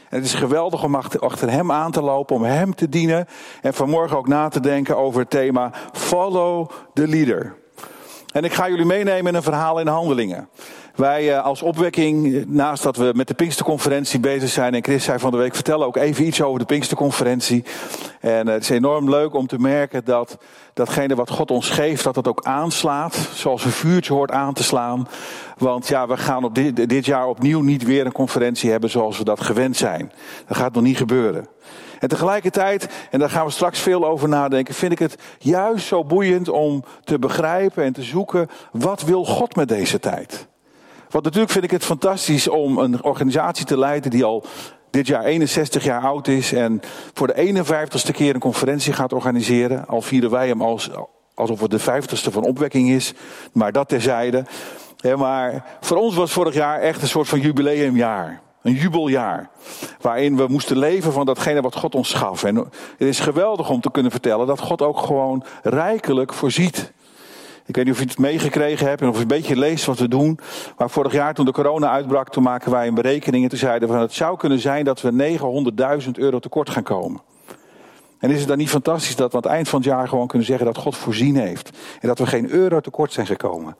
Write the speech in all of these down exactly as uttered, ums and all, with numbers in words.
En het is geweldig om achter, achter hem aan te lopen, om hem te dienen. En vanmorgen ook na te denken over het thema Follow the Leader. En ik ga jullie meenemen in een verhaal in Handelingen. Wij als opwekking, naast dat we met de Pinksterconferentie bezig zijn, en Chris zei van de week, vertellen ook even iets over de Pinksterconferentie. En het is enorm leuk om te merken dat datgene wat God ons geeft, dat dat ook aanslaat, zoals een vuurtje hoort aan te slaan. Want ja, we gaan op dit, dit jaar opnieuw niet weer een conferentie hebben zoals we dat gewend zijn. Dat gaat nog niet gebeuren. En tegelijkertijd, en daar gaan we straks veel over nadenken, vind ik het juist zo boeiend om te begrijpen en te zoeken, wat wil God met deze tijd? Want natuurlijk vind ik het fantastisch om een organisatie te leiden die al dit jaar eenenzestig jaar oud is en voor de eenenvijftigste keer een conferentie gaat organiseren. Al vieren wij hem als, alsof het de vijftigste van opwekking is, maar dat terzijde. Ja, maar voor ons was vorig jaar echt een soort van jubileumjaar. Een jubeljaar. Waarin we moesten leven van datgene wat God ons gaf. En het is geweldig om te kunnen vertellen dat God ook gewoon rijkelijk voorziet. Ik weet niet of je het meegekregen hebt en of je een beetje leest wat we doen. Maar vorig jaar toen de corona uitbrak, toen maken wij een berekening. En toen zeiden we van het zou kunnen zijn dat we negenhonderdduizend euro tekort gaan komen. En is het dan niet fantastisch dat we aan het eind van het jaar gewoon kunnen zeggen dat God voorzien heeft. En dat we geen euro tekort zijn gekomen.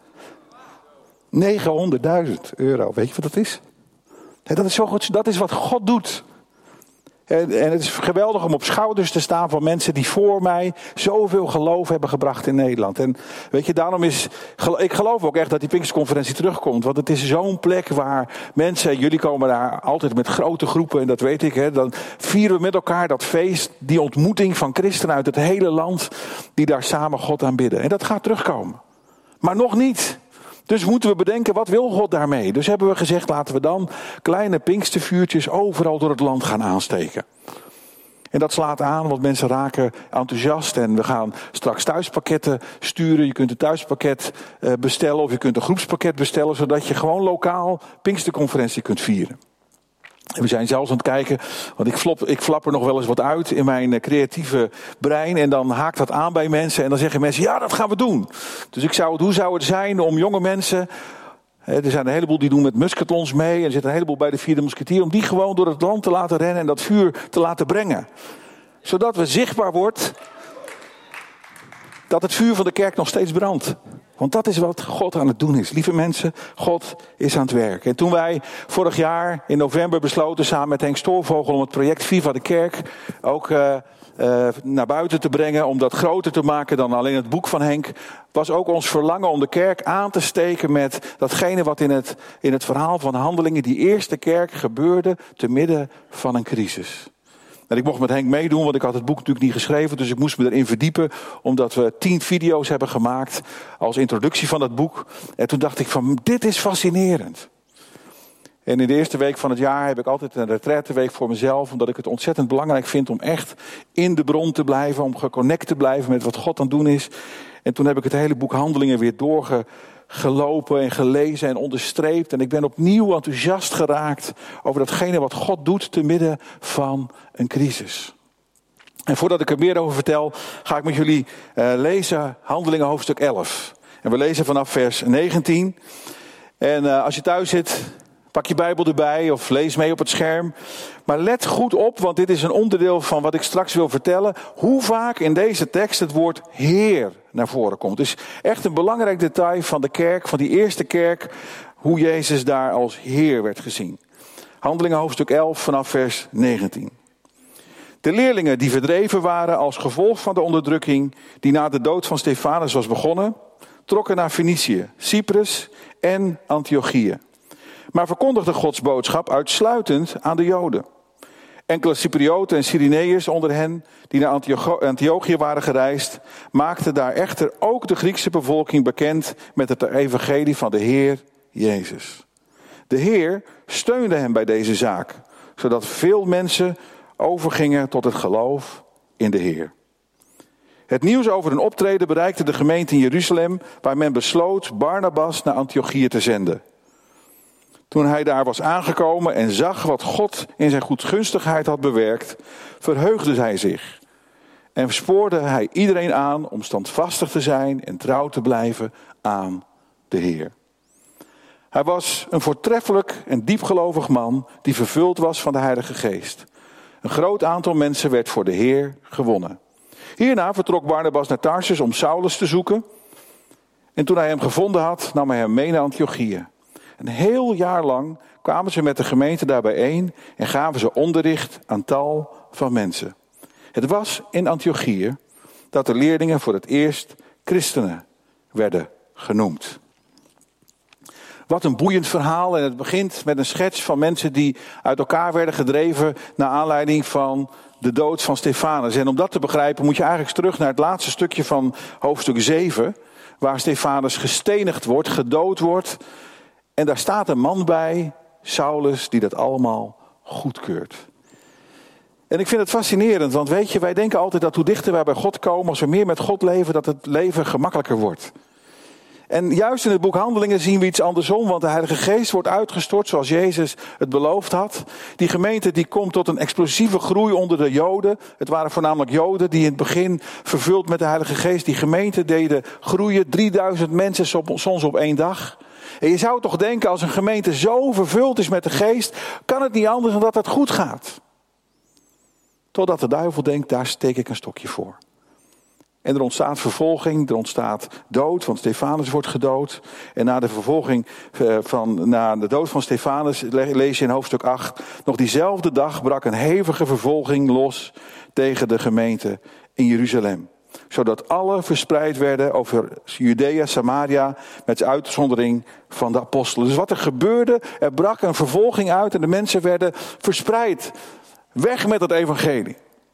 negenhonderdduizend euro, weet je wat dat is? En dat is zo goed, dat is wat God doet. En, en het is geweldig om op schouders te staan van mensen die voor mij zoveel geloof hebben gebracht in Nederland. En weet je, daarom is, ik geloof ook echt dat die Pinksterconferentie terugkomt. Want het is zo'n plek waar mensen, jullie komen daar altijd met grote groepen en dat weet ik. Hè, dan vieren we met elkaar dat feest, die ontmoeting van christenen uit het hele land die daar samen God aanbidden. En dat gaat terugkomen. Maar nog niet. Dus moeten we bedenken, wat wil God daarmee? Dus hebben we gezegd, laten we dan kleine pinkstervuurtjes overal door het land gaan aansteken. En dat slaat aan, want mensen raken enthousiast. En we gaan straks thuispakketten sturen. Je kunt een thuispakket bestellen of je kunt een groepspakket bestellen, zodat je gewoon lokaal Pinksterconferentie kunt vieren. En we zijn zelfs aan het kijken, want ik, flop, ik flap er nog wel eens wat uit in mijn creatieve brein. En dan haakt dat aan bij mensen en dan zeggen mensen, ja, dat gaan we doen. Dus ik zou het, hoe zou het zijn om jonge mensen, er zijn een heleboel die doen met musketlons mee. En er zitten een heleboel bij de Vierde Musketier, om die gewoon door het land te laten rennen en dat vuur te laten brengen. Zodat we zichtbaar wordt dat het vuur van de kerk nog steeds brandt. Want dat is wat God aan het doen is. Lieve mensen, God is aan het werk. En toen wij vorig jaar in november besloten samen met Henk Stoorvogel om het project Viva de Kerk ook uh, uh, naar buiten te brengen, om dat groter te maken dan alleen het boek van Henk, was ook ons verlangen om de kerk aan te steken met datgene wat in het, in het verhaal van Handelingen, die eerste kerk, gebeurde te midden van een crisis. En ik mocht met Henk meedoen, want ik had het boek natuurlijk niet geschreven. Dus ik moest me erin verdiepen, omdat we tien video's hebben gemaakt als introductie van het boek. En toen dacht ik van, dit is fascinerend. En in de eerste week van het jaar heb ik altijd een retraiteweek voor mezelf. Omdat ik het ontzettend belangrijk vind om echt in de bron te blijven. Om geconnect te blijven met wat God aan het doen is. En toen heb ik het hele boek Handelingen weer doorgelopen en gelezen en onderstreept. En ik ben opnieuw enthousiast geraakt over datgene wat God doet te midden van een crisis. En voordat ik er meer over vertel, ga ik met jullie uh, lezen Handelingen hoofdstuk elf. En we lezen vanaf vers negentien. En uh, als je thuis zit, pak je Bijbel erbij of lees mee op het scherm. Maar let goed op, want dit is een onderdeel van wat ik straks wil vertellen. Hoe vaak in deze tekst het woord Heer naar voren komt. Dus echt een belangrijk detail van de kerk, van die eerste kerk. Hoe Jezus daar als Heer werd gezien. Handelingen hoofdstuk elf vanaf vers negentien. De leerlingen die verdreven waren als gevolg van de onderdrukking die na de dood van Stefanus was begonnen, trokken naar Fenicië, Cyprus en Antiochië. Maar verkondigden Gods boodschap uitsluitend aan de Joden. Enkele Cyprioten en Cyreneërs onder hen, die naar Antiochië waren gereisd, maakten daar echter ook de Griekse bevolking bekend met het evangelie van de Heer Jezus. De Heer steunde hen bij deze zaak, zodat veel mensen overgingen tot het geloof in de Heer. Het nieuws over hun optreden bereikte de gemeente in Jeruzalem, waar men besloot Barnabas naar Antiochië te zenden. Toen hij daar was aangekomen en zag wat God in zijn goedgunstigheid had bewerkt, verheugde hij zich. En spoorde hij iedereen aan om standvastig te zijn en trouw te blijven aan de Heer. Hij was een voortreffelijk en diepgelovig man die vervuld was van de Heilige Geest. Een groot aantal mensen werd voor de Heer gewonnen. Hierna vertrok Barnabas naar Tarsus om Saulus te zoeken. En toen hij hem gevonden had, nam hij hem mee naar Antiochië. Een heel jaar lang kwamen ze met de gemeente daar bijeen en gaven ze onderricht aan tal van mensen. Het was in Antiochië dat de leerlingen voor het eerst christenen werden genoemd. Wat een boeiend verhaal. En het begint met een schets van mensen die uit elkaar werden gedreven naar aanleiding van de dood van Stefanus. En om dat te begrijpen moet je eigenlijk terug naar het laatste stukje van hoofdstuk zeven. Waar Stefanus gestenigd wordt, gedood wordt. En daar staat een man bij, Saulus, die dat allemaal goedkeurt. En ik vind het fascinerend, want weet je, wij denken altijd dat hoe dichter wij bij God komen, als we meer met God leven, dat het leven gemakkelijker wordt. En juist in het boek Handelingen zien we iets andersom, want de Heilige Geest wordt uitgestort zoals Jezus het beloofd had. Die gemeente die komt tot een explosieve groei onder de Joden. Het waren voornamelijk Joden die in het begin vervuld met de Heilige Geest die gemeente deden groeien. drieduizend mensen soms op één dag. En je zou toch denken, als een gemeente zo vervuld is met de Geest, kan het niet anders dan dat het goed gaat. Totdat de duivel denkt, daar steek ik een stokje voor. En er ontstaat vervolging, er ontstaat dood, want Stefanus wordt gedood. En na de vervolging, van, na de dood van Stefanus, lees je in hoofdstuk acht... nog diezelfde dag brak een hevige vervolging los tegen de gemeente in Jeruzalem. Zodat alle verspreid werden over Judea, Samaria, met uitzondering van de apostelen. Dus wat er gebeurde, er brak een vervolging uit en de mensen werden verspreid. Weg met het evangelie.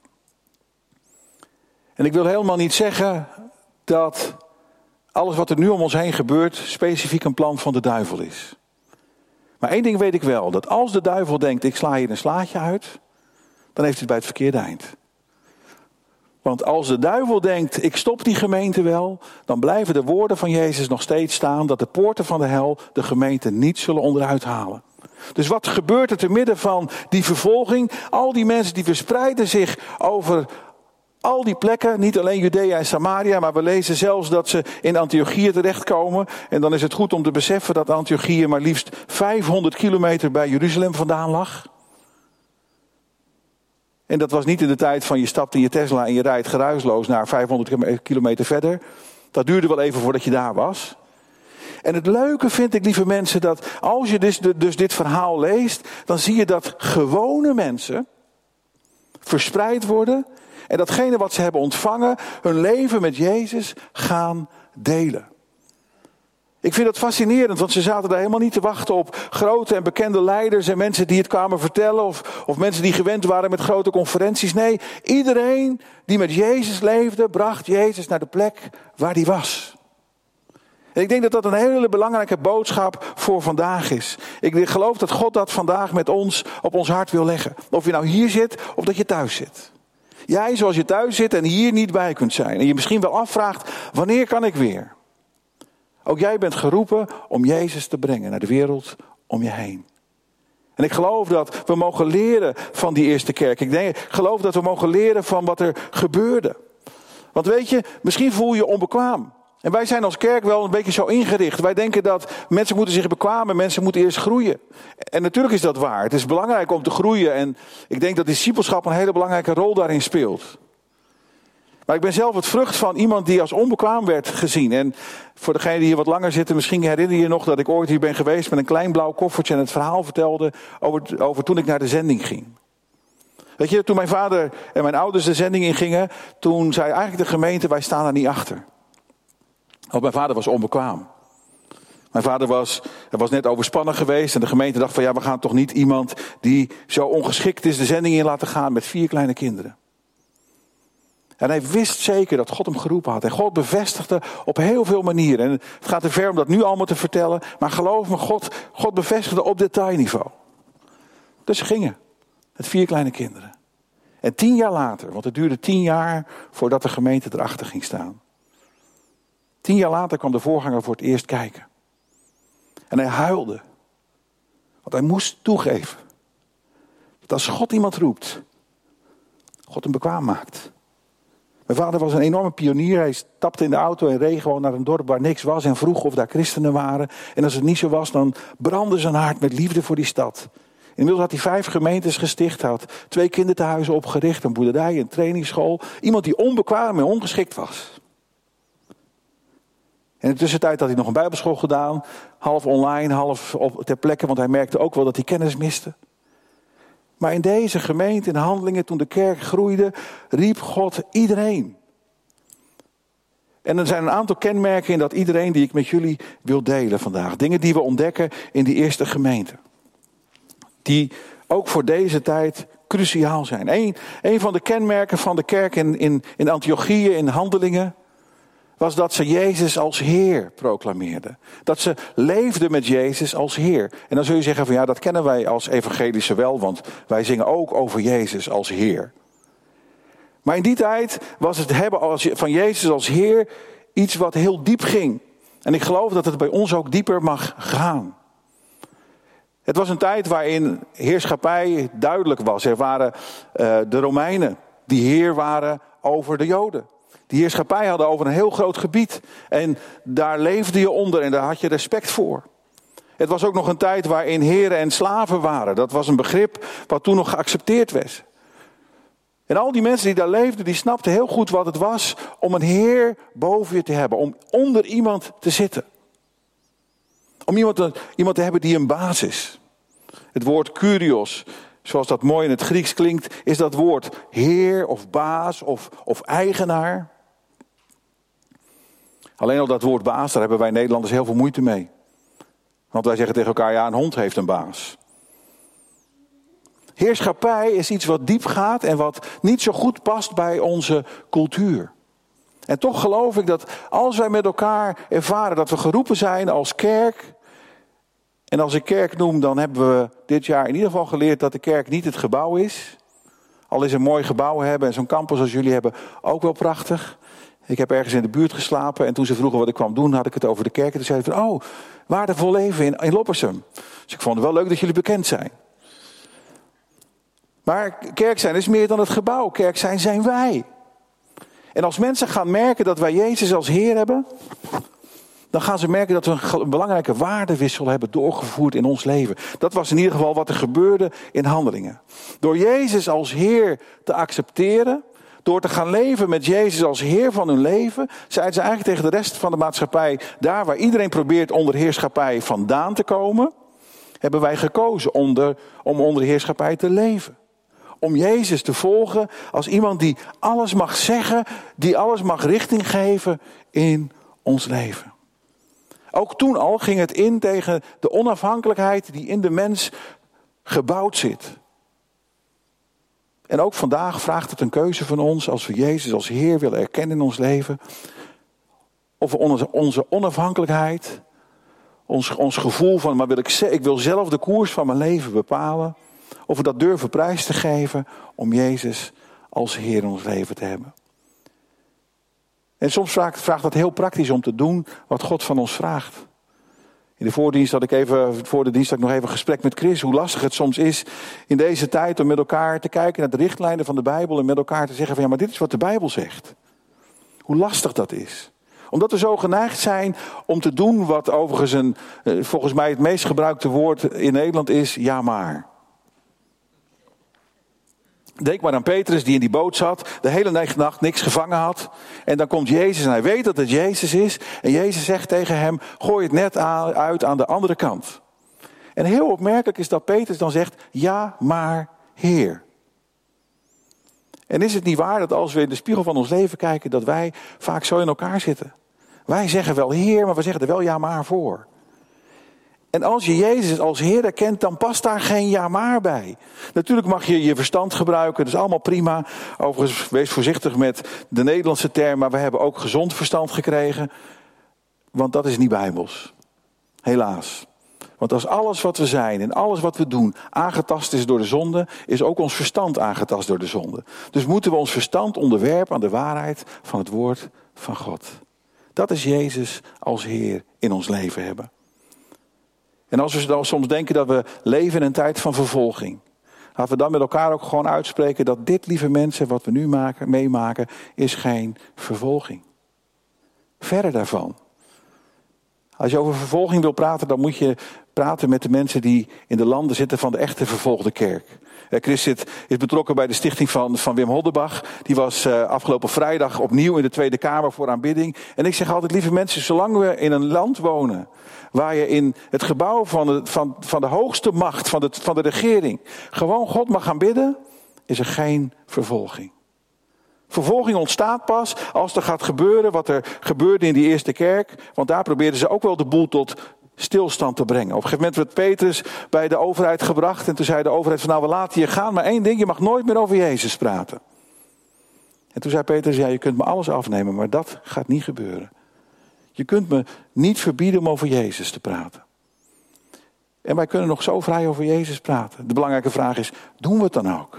En ik wil helemaal niet zeggen dat alles wat er nu om ons heen gebeurt specifiek een plan van de duivel is. Maar één ding weet ik wel, dat als de duivel denkt, ik sla hier een slaatje uit, dan heeft hij het bij het verkeerde eind. Want als de duivel denkt, ik stop die gemeente wel, dan blijven de woorden van Jezus nog steeds staan dat de poorten van de hel de gemeente niet zullen onderuit halen. Dus wat gebeurt er te midden van die vervolging? Al die mensen die verspreiden zich over al die plekken, niet alleen Judea en Samaria, maar we lezen zelfs dat ze in Antiochië terechtkomen. En dan is het goed om te beseffen dat Antiochië maar liefst vijfhonderd kilometer bij Jeruzalem vandaan lag. En dat was niet in de tijd van je stapt in je Tesla en je rijdt geruisloos naar vijfhonderd kilometer verder. Dat duurde wel even voordat je daar was. En het leuke vind ik, lieve mensen, dat als je dus, dus dit verhaal leest, dan zie je dat gewone mensen verspreid worden en datgene wat ze hebben ontvangen, hun leven met Jezus gaan delen. Ik vind dat fascinerend, want ze zaten daar helemaal niet te wachten op grote en bekende leiders en mensen die het kwamen vertellen of, of mensen die gewend waren met grote conferenties. Nee, iedereen die met Jezus leefde, bracht Jezus naar de plek waar hij was. En ik denk dat dat een hele belangrijke boodschap voor vandaag is. Ik geloof dat God dat vandaag met ons op ons hart wil leggen. Of je nou hier zit of dat je thuis zit. Jij zoals je thuis zit en hier niet bij kunt zijn. En je misschien wel afvraagt, wanneer kan ik weer? Ook jij bent geroepen om Jezus te brengen naar de wereld om je heen. En ik geloof dat we mogen leren van die eerste kerk. Ik denk, geloof dat we mogen leren van wat er gebeurde. Want weet je, misschien voel je je onbekwaam. En wij zijn als kerk wel een beetje zo ingericht. Wij denken dat mensen moeten zich bekwamen, mensen moeten eerst groeien. En natuurlijk is dat waar. Het is belangrijk om te groeien. En ik denk dat discipelschap een hele belangrijke rol daarin speelt. Maar ik ben zelf het vrucht van iemand die als onbekwaam werd gezien. En voor degenen die hier wat langer zitten, misschien herinner je je nog dat ik ooit hier ben geweest met een klein blauw koffertje en het verhaal vertelde over, over toen ik naar de zending ging. Weet je, toen mijn vader en mijn ouders de zending ingingen, toen zei eigenlijk de gemeente, wij staan er niet achter. Want mijn vader was onbekwaam. Mijn vader was, was net overspannen geweest en de gemeente dacht van ja, we gaan toch niet iemand die zo ongeschikt is de zending in laten gaan met vier kleine kinderen. En hij wist zeker dat God hem geroepen had. En God bevestigde op heel veel manieren. En het gaat te ver om dat nu allemaal te vertellen. Maar geloof me, God, God bevestigde op detailniveau. Dus ze gingen. Met vier kleine kinderen. En tien jaar later, want het duurde tien jaar voordat de gemeente erachter ging staan. Tien jaar later kwam de voorganger voor het eerst kijken. En hij huilde. Want hij moest toegeven. Dat als God iemand roept, God hem bekwaam maakt. Mijn vader was een enorme pionier. Hij stapte in de auto en reed gewoon naar een dorp waar niks was en vroeg of daar christenen waren. En als het niet zo was, dan brandde zijn hart met liefde voor die stad. Inmiddels had hij vijf gemeentes gesticht, hij had twee kinderthuizen opgericht, een boerderij, een trainingsschool. Iemand die onbekwaam en ongeschikt was. En in de tussentijd had hij nog een bijbelschool gedaan, half online, half op, ter plekke, want hij merkte ook wel dat hij kennis miste. Maar in deze gemeente, in Handelingen, toen de kerk groeide, riep God iedereen. En er zijn een aantal kenmerken in dat iedereen die ik met jullie wil delen vandaag. Dingen die we ontdekken in die eerste gemeente. Die ook voor deze tijd cruciaal zijn. Eén, een van de kenmerken van de kerk in, in, in Antiochië, in Handelingen, was dat ze Jezus als Heer proclameerden. Dat ze leefden met Jezus als Heer. En dan zul je zeggen van ja, dat kennen wij als evangelische wel, want wij zingen ook over Jezus als Heer. Maar in die tijd was het hebben als, van Jezus als Heer iets wat heel diep ging. En ik geloof dat het bij ons ook dieper mag gaan. Het was een tijd waarin heerschappij duidelijk was. Er waren uh, de Romeinen die heer waren over de Joden. Die heerschappij hadden over een heel groot gebied. En daar leefde je onder en daar had je respect voor. Het was ook nog een tijd waarin heren en slaven waren. Dat was een begrip wat toen nog geaccepteerd werd. En al die mensen die daar leefden, die snapten heel goed wat het was om een heer boven je te hebben. Om onder iemand te zitten. Om iemand te, iemand te hebben die een baas is. Het woord kurios, zoals dat mooi in het Grieks klinkt, is dat woord heer of baas of, of eigenaar. Alleen al dat woord baas, daar hebben wij Nederlanders heel veel moeite mee. Want wij zeggen tegen elkaar, ja, een hond heeft een baas. Heerschappij is iets wat diep gaat en wat niet zo goed past bij onze cultuur. En toch geloof ik dat als wij met elkaar ervaren dat we geroepen zijn als kerk. En als ik kerk noem, dan hebben we dit jaar in ieder geval geleerd dat de kerk niet het gebouw is. Al is een mooi gebouw hebben en zo'n campus als jullie hebben ook wel prachtig. Ik heb ergens in de buurt geslapen en toen ze vroegen wat ik kwam doen, had ik het over de kerk. En toen zeiden ze van, oh, waardevol leven in, in Loppersum. Dus ik vond het wel leuk dat jullie bekend zijn. Maar kerk zijn is meer dan het gebouw. Kerk zijn zijn wij. En als mensen gaan merken dat wij Jezus als Heer hebben, dan gaan ze merken dat we een belangrijke waardewissel hebben doorgevoerd in ons leven. Dat was in ieder geval wat er gebeurde in Handelingen. Door Jezus als Heer te accepteren, door te gaan leven met Jezus als Heer van hun leven, zeiden ze eigenlijk tegen de rest van de maatschappij, daar waar iedereen probeert onder heerschappij vandaan te komen, hebben wij gekozen onder, om onder de heerschappij te leven. Om Jezus te volgen als iemand die alles mag zeggen, die alles mag richting geven in ons leven. Ook toen al ging het in tegen de onafhankelijkheid die in de mens gebouwd zit. En ook vandaag vraagt het een keuze van ons als we Jezus als Heer willen erkennen in ons leven. Of we onze, onze onafhankelijkheid, ons, ons gevoel van, maar wil ik, ik wil zelf de koers van mijn leven bepalen. Of we dat durven prijs te geven om Jezus als Heer in ons leven te hebben. En soms vraagt, vraagt dat heel praktisch om te doen wat God van ons vraagt. In de voordienst had ik even, voor de dienst had ik nog even een gesprek met Chris. Hoe lastig het soms is in deze tijd om met elkaar te kijken naar de richtlijnen van de Bijbel. En met elkaar te zeggen van ja, maar dit is wat de Bijbel zegt. Hoe lastig dat is. Omdat we zo geneigd zijn om te doen wat overigens een, volgens mij het meest gebruikte woord in Nederland is, ja maar. Denk maar aan Petrus die in die boot zat, de hele nacht niks gevangen had. En dan komt Jezus en hij weet dat het Jezus is. En Jezus zegt tegen hem, gooi het net uit aan de andere kant. En heel opmerkelijk is dat Petrus dan zegt, ja maar Heer. En is het niet waar dat als we in de spiegel van ons leven kijken, dat wij vaak zo in elkaar zitten. Wij zeggen wel Heer, maar we zeggen er wel ja maar voor. En als je Jezus als Heer erkent, dan past daar geen ja maar bij. Natuurlijk mag je je verstand gebruiken, dat is allemaal prima. Overigens, wees voorzichtig met de Nederlandse term, maar we hebben ook gezond verstand gekregen. Want dat is niet bijbels. Helaas. Want als alles wat we zijn en alles wat we doen aangetast is door de zonde, is ook ons verstand aangetast door de zonde. Dus moeten we ons verstand onderwerpen aan de waarheid van het woord van God. Dat is Jezus als Heer in ons leven hebben. En als we dan soms denken dat we leven in een tijd van vervolging. Laten we dan met elkaar ook gewoon uitspreken dat dit, lieve mensen, wat we nu maken, meemaken, is geen vervolging. Verre daarvan. Als je over vervolging wil praten, dan moet je praten met de mensen die in de landen zitten van de echte vervolgde kerk. Chris zit, is betrokken bij de stichting van, van Wim Hoddenbach. Die was uh, afgelopen vrijdag opnieuw in de Tweede Kamer voor aanbidding. En ik zeg altijd, lieve mensen, zolang we in een land wonen waar je in het gebouw van de, van, van de hoogste macht, van de, van de regering, gewoon God mag gaan bidden, is er geen vervolging. Vervolging ontstaat pas als er gaat gebeuren wat er gebeurde in die eerste kerk. Want daar probeerden ze ook wel de boel tot stilstand te brengen. Op een gegeven moment werd Petrus bij de overheid gebracht. En toen zei de overheid van nou, we laten je gaan. Maar één ding, je mag nooit meer over Jezus praten. En toen zei Petrus, ja, je kunt me alles afnemen. Maar dat gaat niet gebeuren. Je kunt me niet verbieden om over Jezus te praten. En wij kunnen nog zo vrij over Jezus praten. De belangrijke vraag is, doen we het dan ook?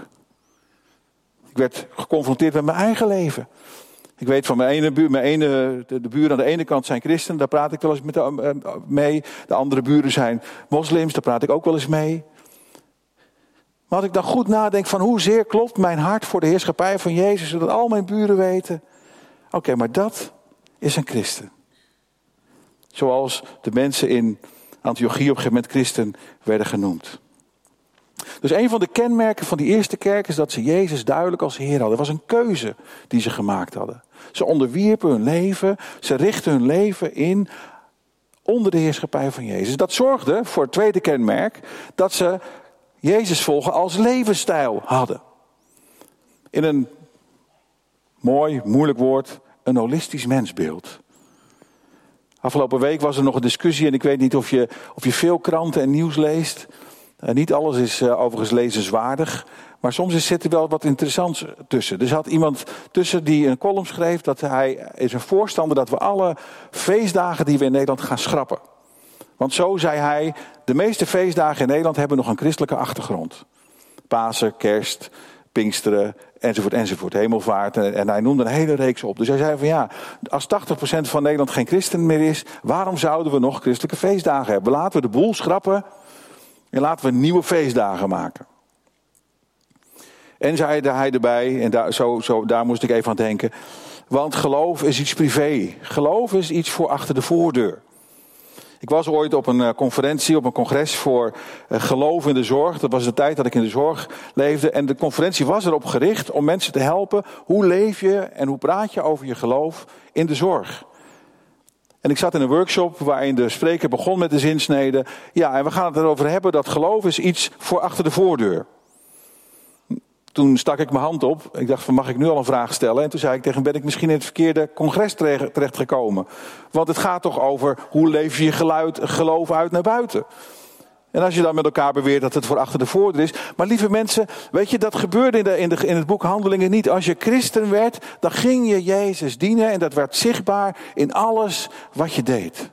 Ik werd geconfronteerd met mijn eigen leven. Ik weet van mijn ene buur, mijn ene, de, de buren aan de ene kant zijn christen, daar praat ik wel eens met de, uh, mee. De andere buren zijn moslims, daar praat ik ook wel eens mee. Maar als ik dan goed nadenk van hoezeer klopt mijn hart voor de heerschappij van Jezus, zodat al mijn buren weten. Oké, okay, maar dat is een christen. Zoals de mensen in Antiochie op een gegeven moment christen werden genoemd. Dus een van de kenmerken van die eerste kerk is dat ze Jezus duidelijk als Heer hadden. Het was een keuze die ze gemaakt hadden. Ze onderwierpen hun leven, ze richtten hun leven in onder de heerschappij van Jezus. Dat zorgde voor het tweede kenmerk dat ze Jezus volgen als levensstijl hadden. In een mooi, moeilijk woord, een holistisch mensbeeld. Afgelopen week was er nog een discussie en ik weet niet of je, of je veel kranten en nieuws leest. Uh, niet alles is uh, overigens lezenswaardig, maar soms is, zit er wel wat interessants tussen. Er zat iemand tussen die een column schreef dat hij is een voorstander dat we alle feestdagen die we in Nederland gaan schrappen. Want zo zei hij, de meeste feestdagen in Nederland hebben nog een christelijke achtergrond. Pasen, kerst, Pinksteren, enzovoort, enzovoort, hemelvaart. En, en hij noemde een hele reeks op. Dus hij zei van ja, als tachtig procent van Nederland geen christen meer is, waarom zouden we nog christelijke feestdagen hebben? Laten we de boel schrappen en laten we nieuwe feestdagen maken. En zei hij erbij, en daar, zo, zo, daar moest ik even aan denken, want geloof is iets privé. Geloof is iets voor achter de voordeur. Ik was ooit op een conferentie, op een congres voor geloof in de zorg. Dat was de tijd dat ik in de zorg leefde. En de conferentie was erop gericht om mensen te helpen. Hoe leef je en hoe praat je over je geloof in de zorg? En ik zat in een workshop waarin de spreker begon met de zinsnede. Ja, en we gaan het erover hebben dat geloof is iets voor achter de voordeur. Toen stak ik mijn hand op. Ik dacht van mag ik nu al een vraag stellen? En toen zei ik tegen hem, ben ik misschien in het verkeerde congres terechtgekomen? Want het gaat toch over hoe leef je je geluid, geloof uit naar buiten? En als je dan met elkaar beweert dat het voor achter de voordeur is. Maar lieve mensen, weet je, dat gebeurde in, de, in, de, in het boek Handelingen niet. Als je christen werd, dan ging je Jezus dienen. En dat werd zichtbaar in alles wat je deed.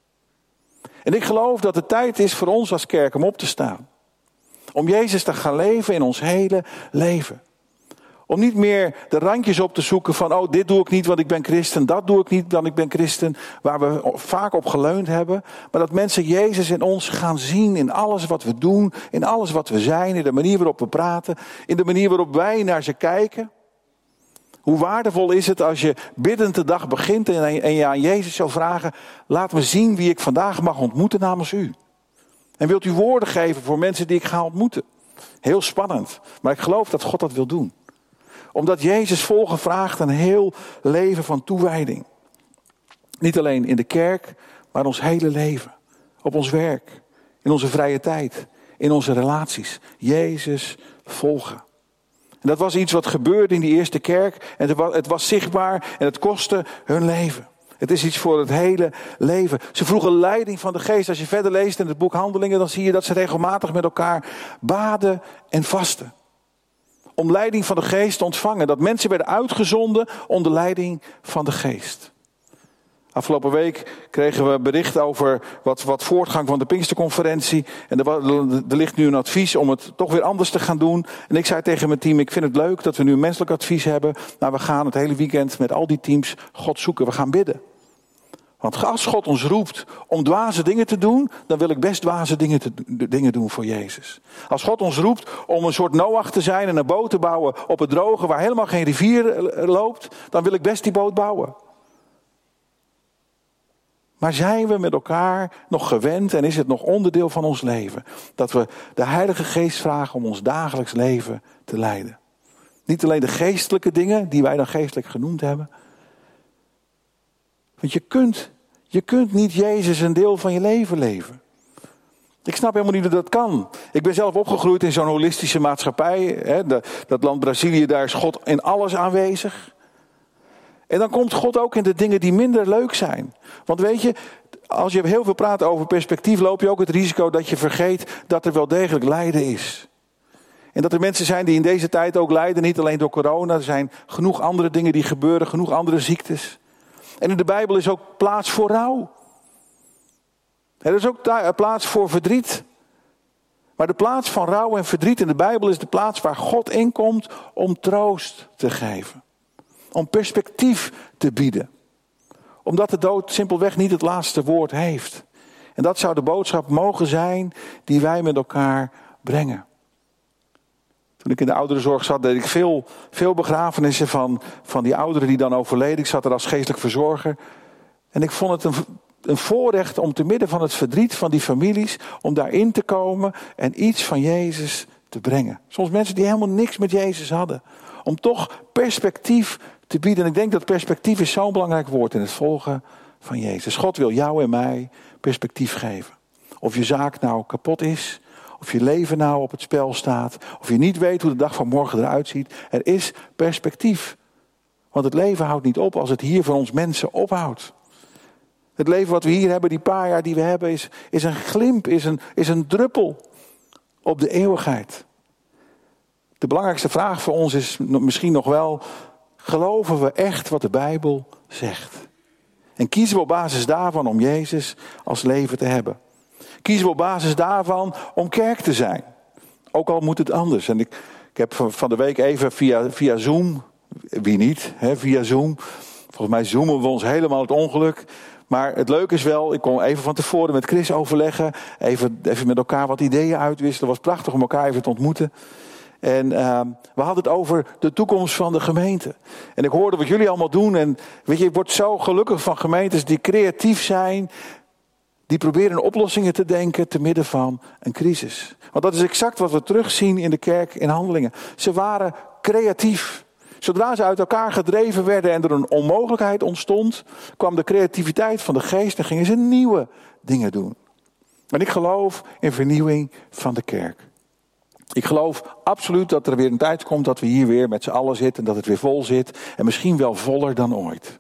En ik geloof dat het tijd is voor ons als kerk om op te staan. Om Jezus te gaan leven in ons hele leven. Om niet meer de randjes op te zoeken van, oh, dit doe ik niet, want ik ben christen. Dat doe ik niet, want ik ben christen. Waar we vaak op geleund hebben. Maar dat mensen Jezus in ons gaan zien in alles wat we doen. In alles wat we zijn. In de manier waarop we praten. In de manier waarop wij naar ze kijken. Hoe waardevol is het als je biddend de dag begint en je aan Jezus zou vragen, laat me zien wie ik vandaag mag ontmoeten namens u. En wilt u woorden geven voor mensen die ik ga ontmoeten? Heel spannend. Maar ik geloof dat God dat wil doen. Omdat Jezus volgen vraagt een heel leven van toewijding. Niet alleen in de kerk, maar ons hele leven. Op ons werk. In onze vrije tijd. In onze relaties. Jezus volgen. En dat was iets wat gebeurde in die eerste kerk. En het was zichtbaar en het kostte hun leven. Het is iets voor het hele leven. Ze vroegen leiding van de geest. Als je verder leest in het boek Handelingen, dan zie je dat ze regelmatig met elkaar baden en vasten. Om leiding van de geest te ontvangen. Dat mensen werden uitgezonden onder leiding van de geest. Afgelopen week kregen we bericht over wat, wat voortgang van de Pinksterconferentie. En er, er ligt nu een advies om het toch weer anders te gaan doen. En ik zei tegen mijn team, ik vind het leuk dat we nu een menselijk advies hebben. Maar we gaan het hele weekend met al die teams God zoeken. We gaan bidden. Want als God ons roept om dwaze dingen te doen, dan wil ik best dwaze dingen, te, dingen doen voor Jezus. Als God ons roept om een soort Noach te zijn en een boot te bouwen op het droge waar helemaal geen rivier loopt, dan wil ik best die boot bouwen. Maar zijn we met elkaar nog gewend en is het nog onderdeel van ons leven dat we de Heilige Geest vragen om ons dagelijks leven te leiden? Niet alleen de geestelijke dingen die wij dan geestelijk genoemd hebben. Want je kunt, je kunt niet Jezus een deel van je leven leven. Ik snap helemaal niet dat dat kan. Ik ben zelf opgegroeid in zo'n holistische maatschappij. Hè, de, dat land Brazilië, daar is God in alles aanwezig. En dan komt God ook in de dingen die minder leuk zijn. Want weet je, als je heel veel praat over perspectief, loop je ook het risico dat je vergeet dat er wel degelijk lijden is. En dat er mensen zijn die in deze tijd ook lijden, niet alleen door corona. Er zijn genoeg andere dingen die gebeuren, genoeg andere ziektes. En in de Bijbel is ook plaats voor rouw. Er is ook plaats voor verdriet. Maar de plaats van rouw en verdriet in de Bijbel is de plaats waar God inkomt om troost te geven. Om perspectief te bieden. Omdat de dood simpelweg niet het laatste woord heeft. En dat zou de boodschap mogen zijn die wij met elkaar brengen. Toen ik in de ouderenzorg zat, deed ik veel, veel begrafenissen van, van die ouderen die dan overleden. Ik zat er als geestelijk verzorger. En ik vond het een, een voorrecht om te midden van het verdriet van die families, om daarin te komen en iets van Jezus te brengen. Soms mensen die helemaal niks met Jezus hadden. Om toch perspectief te bieden. En ik denk dat perspectief is zo'n belangrijk woord in het volgen van Jezus. God wil jou en mij perspectief geven. Of je zaak nou kapot is, of je leven nou op het spel staat, of je niet weet hoe de dag van morgen eruit ziet. Er is perspectief. Want het leven houdt niet op als het hier voor ons mensen ophoudt. Het leven wat we hier hebben, die paar jaar die we hebben, is, is een glimp, is een, is een druppel op de eeuwigheid. De belangrijkste vraag voor ons is misschien nog wel, geloven we echt wat de Bijbel zegt? En kiezen we op basis daarvan om Jezus als leven te hebben? Kiezen we op basis daarvan om kerk te zijn? Ook al moet het anders. En ik, ik heb van de week even via, via Zoom, wie niet, hè, via Zoom. Volgens mij zoomen we ons helemaal het ongeluk. Maar het leuke is wel, ik kon even van tevoren met Chris overleggen. Even, even met elkaar wat ideeën uitwisselen. Het was prachtig om elkaar even te ontmoeten. En uh, we hadden het over de toekomst van de gemeente. En ik hoorde wat jullie allemaal doen. En weet je, ik word zo gelukkig van gemeentes die creatief zijn. Die proberen oplossingen te denken te midden van een crisis. Want dat is exact wat we terugzien in de kerk in Handelingen. Ze waren creatief. Zodra ze uit elkaar gedreven werden en er een onmogelijkheid ontstond, kwam de creativiteit van de geest en gingen ze nieuwe dingen doen. En ik geloof in vernieuwing van de kerk. Ik geloof absoluut dat er weer een tijd komt dat we hier weer met z'n allen zitten. Dat het weer vol zit. En misschien wel voller dan ooit.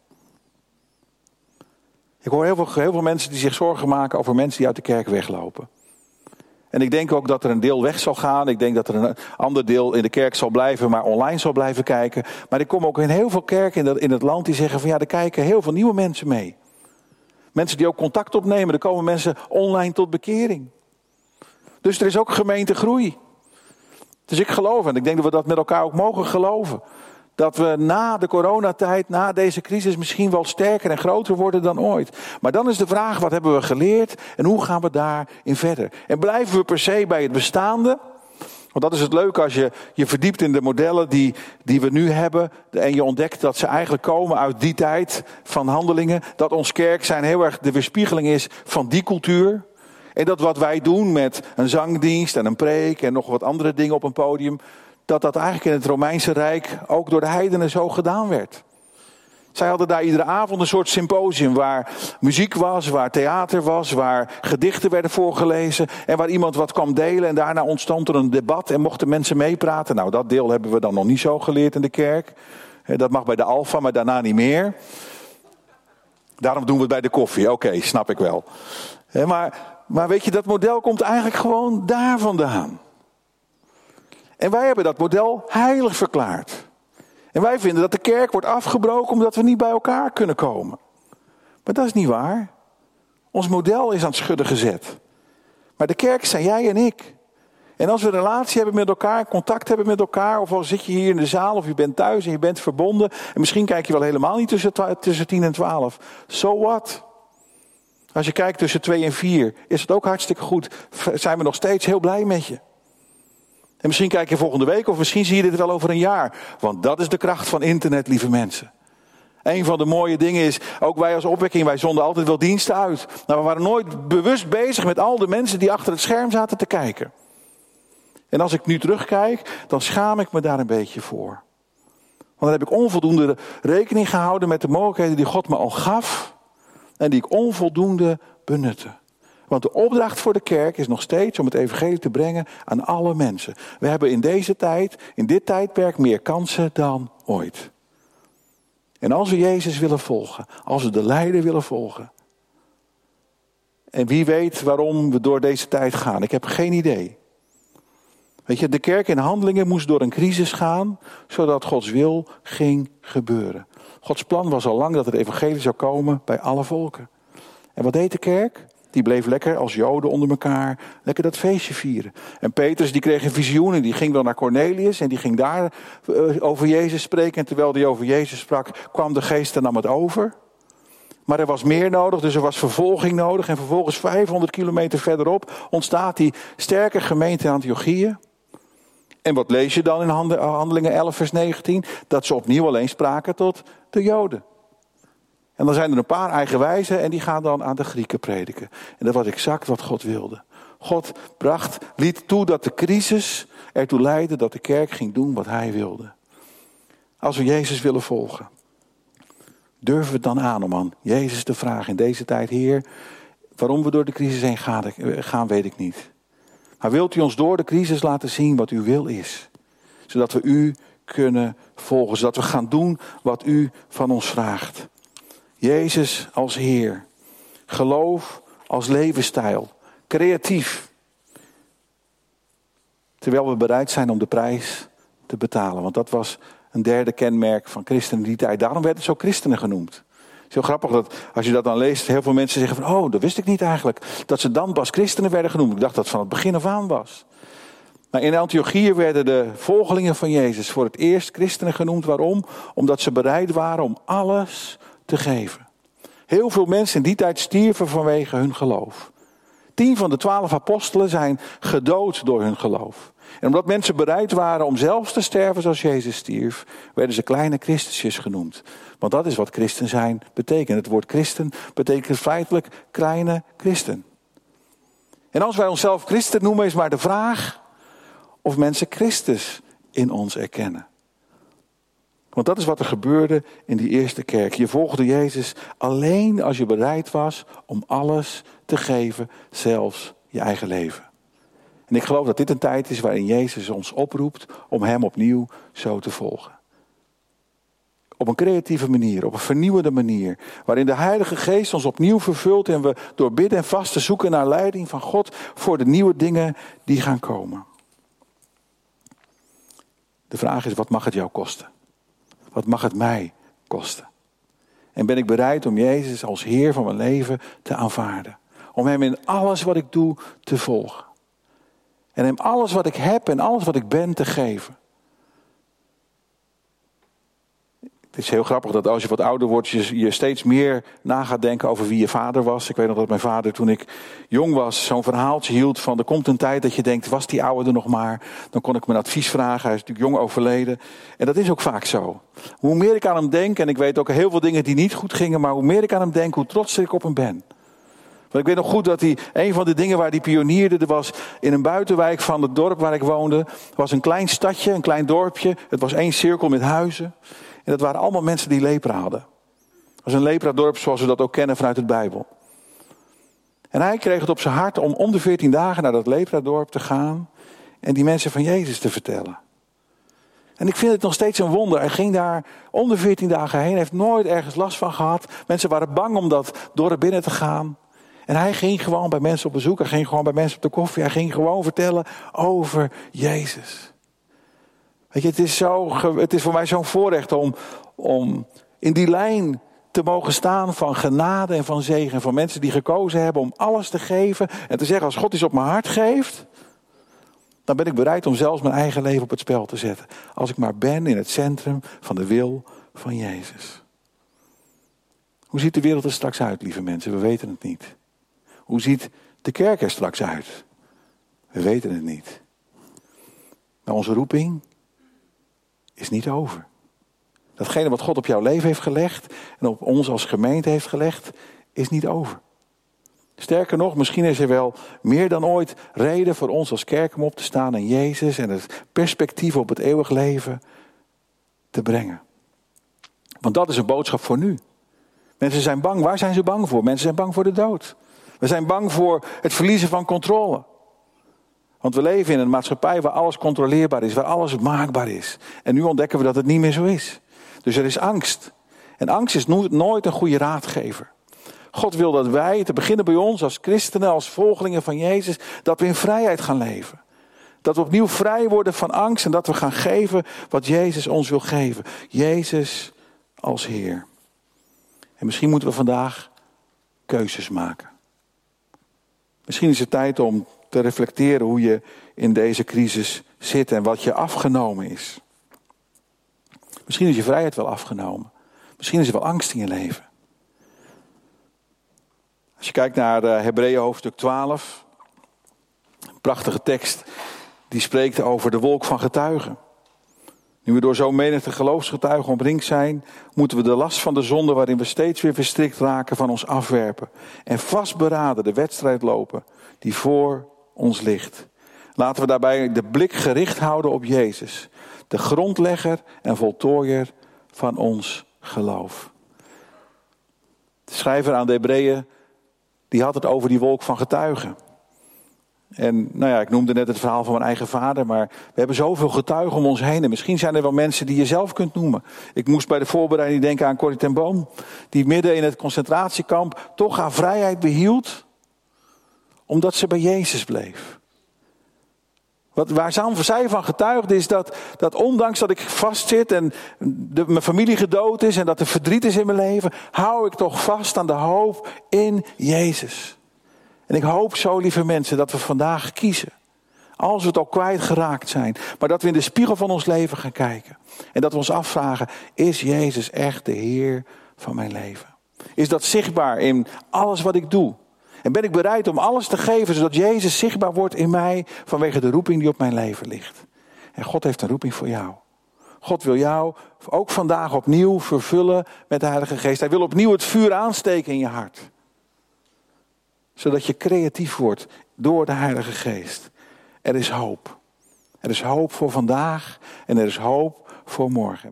Ik hoor heel veel, heel veel mensen die zich zorgen maken over mensen die uit de kerk weglopen. En ik denk ook dat er een deel weg zal gaan. Ik denk dat er een ander deel in de kerk zal blijven, maar online zal blijven kijken. Maar ik kom ook in heel veel kerken in, de, in het land die zeggen van ja, er kijken heel veel nieuwe mensen mee. Mensen die ook contact opnemen. Er komen mensen online tot bekering. Dus er is ook gemeentegroei. Dus ik geloof, en ik denk dat we dat met elkaar ook mogen geloven, dat we na de coronatijd, na deze crisis misschien wel sterker en groter worden dan ooit. Maar dan is de vraag, wat hebben we geleerd en hoe gaan we daarin verder? En blijven we per se bij het bestaande? Want dat is het leuke als je je verdiept in de modellen die, die we nu hebben. En je ontdekt dat ze eigenlijk komen uit die tijd van Handelingen. Dat ons kerk zijn heel erg de weerspiegeling is van die cultuur. En dat wat wij doen met een zangdienst en een preek en nog wat andere dingen op een podium, dat dat eigenlijk in het Romeinse Rijk ook door de heidenen zo gedaan werd. Zij hadden daar iedere avond een soort symposium waar muziek was, waar theater was, waar gedichten werden voorgelezen en waar iemand wat kwam delen en daarna ontstond er een debat en mochten mensen meepraten. Nou, dat deel hebben we dan nog niet zo geleerd in de kerk. Dat mag bij de Alpha, maar daarna niet meer. Daarom doen we het bij de koffie. Oké, okay, snap ik wel. Maar... Maar weet je, dat model komt eigenlijk gewoon daar vandaan. En wij hebben dat model heilig verklaard. En wij vinden dat de kerk wordt afgebroken omdat we niet bij elkaar kunnen komen. Maar dat is niet waar. Ons model is aan het schudden gezet. Maar de kerk zijn jij en ik. En als we een relatie hebben met elkaar, contact hebben met elkaar, of al zit je hier in de zaal of je bent thuis en je bent verbonden. En misschien kijk je wel helemaal niet tussen, tussen tien en twaalf. So what? Als je kijkt tussen twee en vier, is het ook hartstikke goed. Zijn we nog steeds heel blij met je. En misschien kijk je volgende week of misschien zie je dit wel over een jaar. Want dat is de kracht van internet, lieve mensen. Een van de mooie dingen is, ook wij als opwekking, wij zonden altijd wel diensten uit. Nou, we waren nooit bewust bezig met al de mensen die achter het scherm zaten te kijken. En als ik nu terugkijk, dan schaam ik me daar een beetje voor. Want dan heb ik onvoldoende rekening gehouden met de mogelijkheden die God me al gaf. En die ik onvoldoende benutte. Want de opdracht voor de kerk is nog steeds om het evangelie te brengen aan alle mensen. We hebben in deze tijd, in dit tijdperk, meer kansen dan ooit. En als we Jezus willen volgen, als we de leider willen volgen. En wie weet waarom we door deze tijd gaan, ik heb geen idee. Weet je, de kerk in Handelingen moest door een crisis gaan, zodat Gods wil ging gebeuren. Gods plan was al lang dat het evangelie zou komen bij alle volken. En wat deed de kerk? Die bleef lekker als Joden onder elkaar, lekker dat feestje vieren. En Petrus die kreeg een visioen en die ging dan naar Cornelius en die ging daar uh, over Jezus spreken. En terwijl hij over Jezus sprak, kwam de geest en nam het over. Maar er was meer nodig, dus er was vervolging nodig. En vervolgens vijfhonderd kilometer verderop ontstaat die sterke gemeente in Antiochië. En wat lees je dan in Handelingen elf vers negentien? Dat ze opnieuw alleen spraken tot de Joden. En dan zijn er een paar eigenwijzen en die gaan dan aan de Grieken prediken. En dat was exact wat God wilde. God bracht, liet toe dat de crisis ertoe leidde dat de kerk ging doen wat hij wilde. Als we Jezus willen volgen, durven we het dan aan om aan Jezus te vragen in deze tijd: Heer, waarom we door de crisis heen gaan, gaan weet ik niet. Maar wilt u ons door de crisis laten zien wat uw wil is? Zodat we u kunnen volgen, zodat we gaan doen wat u van ons vraagt. Jezus als Heer. Geloof als levensstijl. Creatief. Terwijl we bereid zijn om de prijs te betalen. Want dat was een derde kenmerk van christenen in die tijd. Daarom werden ze ook christenen genoemd. Het is heel grappig dat als je dat dan leest, heel veel mensen zeggen van, oh, dat wist ik niet eigenlijk. Dat ze dan pas christenen werden genoemd. Ik dacht dat het van het begin af aan was. Maar in Antiochië werden de volgelingen van Jezus voor het eerst christenen genoemd. Waarom? Omdat ze bereid waren om alles te geven. Heel veel mensen in die tijd stierven vanwege hun geloof. Tien van de twaalf apostelen zijn gedood door hun geloof. En omdat mensen bereid waren om zelfs te sterven zoals Jezus stierf, werden ze kleine Christusjes genoemd. Want dat is wat christen zijn betekent. Het woord christen betekent feitelijk kleine christen. En als wij onszelf christen noemen, is maar de vraag of mensen Christus in ons erkennen. Want dat is wat er gebeurde in die eerste kerk. Je volgde Jezus alleen als je bereid was om alles te geven, zelfs je eigen leven. En ik geloof dat dit een tijd is waarin Jezus ons oproept om hem opnieuw zo te volgen. Op een creatieve manier, op een vernieuwende manier. Waarin de Heilige Geest ons opnieuw vervult en we door bidden en vasten zoeken naar leiding van God voor de nieuwe dingen die gaan komen. De vraag is, wat mag het jou kosten? Wat mag het mij kosten? En ben ik bereid om Jezus als Heer van mijn leven te aanvaarden? Om hem in alles wat ik doe te volgen. En hem alles wat ik heb en alles wat ik ben te geven. Het is heel grappig dat als je wat ouder wordt, je, je steeds meer na gaat denken over wie je vader was. Ik weet nog dat mijn vader toen ik jong was zo'n verhaaltje hield van er komt een tijd dat je denkt, was die oude er nog maar? Dan kon ik mijn advies vragen, hij is natuurlijk jong overleden. En dat is ook vaak zo. Hoe meer ik aan hem denk, en ik weet ook heel veel dingen die niet goed gingen, maar hoe meer ik aan hem denk, hoe trotser ik op hem ben. Want ik weet nog goed dat hij, een van de dingen waar hij pionierde, er was in een buitenwijk van het dorp waar ik woonde, was een klein stadje, een klein dorpje. Het was één cirkel met huizen. En dat waren allemaal mensen die lepra hadden. Het was een lepradorp zoals we dat ook kennen vanuit de Bijbel. En hij kreeg het op zijn hart om om de veertien dagen naar dat lepradorp te gaan en die mensen van Jezus te vertellen. En ik vind het nog steeds een wonder. Hij ging daar om de veertien dagen heen, heeft nooit ergens last van gehad. Mensen waren bang om dat dorp binnen te gaan. En hij ging gewoon bij mensen op bezoek. Hij ging gewoon bij mensen op de koffie. Hij ging gewoon vertellen over Jezus. Weet je, het is, zo, het is voor mij zo'n voorrecht om, om in die lijn te mogen staan van genade en van zegen. Van mensen die gekozen hebben om alles te geven. En te zeggen, als God iets op mijn hart geeft, dan ben ik bereid om zelfs mijn eigen leven op het spel te zetten. Als ik maar ben in het centrum van de wil van Jezus. Hoe ziet de wereld er straks uit, lieve mensen? We weten het niet. Hoe ziet de kerk er straks uit? We weten het niet. Maar onze roeping is niet over. Datgene wat God op jouw leven heeft gelegd en op ons als gemeente heeft gelegd, is niet over. Sterker nog, misschien is er wel meer dan ooit reden voor ons als kerk om op te staan en Jezus en het perspectief op het eeuwig leven te brengen. Want dat is een boodschap voor nu. Mensen zijn bang. Waar zijn ze bang voor? Mensen zijn bang voor de dood. We zijn bang voor het verliezen van controle. Want we leven in een maatschappij waar alles controleerbaar is, waar alles maakbaar is. En nu ontdekken we dat het niet meer zo is. Dus er is angst. En angst is nooit een goede raadgever. God wil dat wij, te beginnen bij ons als christenen, als volgelingen van Jezus, dat we in vrijheid gaan leven. Dat we opnieuw vrij worden van angst en dat we gaan geven wat Jezus ons wil geven. Jezus als Heer. En misschien moeten we vandaag keuzes maken. Misschien is het tijd om te reflecteren hoe je in deze crisis zit en wat je afgenomen is. Misschien is je vrijheid wel afgenomen. Misschien is er wel angst in je leven. Als je kijkt naar uh, Hebreeën hoofdstuk twaalf. Een prachtige tekst. Die spreekt over de wolk van getuigen. Nu we door zo'n menigte geloofsgetuigen omringd zijn, moeten we de last van de zonde waarin we steeds weer verstrikt raken van ons afwerpen. En vastberaden de wedstrijd lopen die voor ons ligt. Laten we daarbij de blik gericht houden op Jezus. De grondlegger en voltooier van ons geloof. De schrijver aan de Hebreeën, die had het over die wolk van getuigen. En nou ja, ik noemde net het verhaal van mijn eigen vader, maar we hebben zoveel getuigen om ons heen. En misschien zijn er wel mensen die je zelf kunt noemen. Ik moest bij de voorbereiding denken aan Corrie ten Boom, die midden in het concentratiekamp toch haar vrijheid behield, omdat ze bij Jezus bleef. Wat, waar zij van getuigde is dat, dat ondanks dat ik vastzit en de, mijn familie gedood is en dat er verdriet is in mijn leven, hou ik toch vast aan de hoop in Jezus. En ik hoop zo, lieve mensen, dat we vandaag kiezen. Als we het al kwijtgeraakt zijn. Maar dat we in de spiegel van ons leven gaan kijken. En dat we ons afvragen, is Jezus echt de Heer van mijn leven? Is dat zichtbaar in alles wat ik doe? En ben ik bereid om alles te geven, zodat Jezus zichtbaar wordt in mij vanwege de roeping die op mijn leven ligt? En God heeft een roeping voor jou. God wil jou ook vandaag opnieuw vervullen met de Heilige Geest. Hij wil opnieuw het vuur aansteken in je hart. Zodat je creatief wordt door de Heilige Geest. Er is hoop. Er is hoop voor vandaag en er is hoop voor morgen.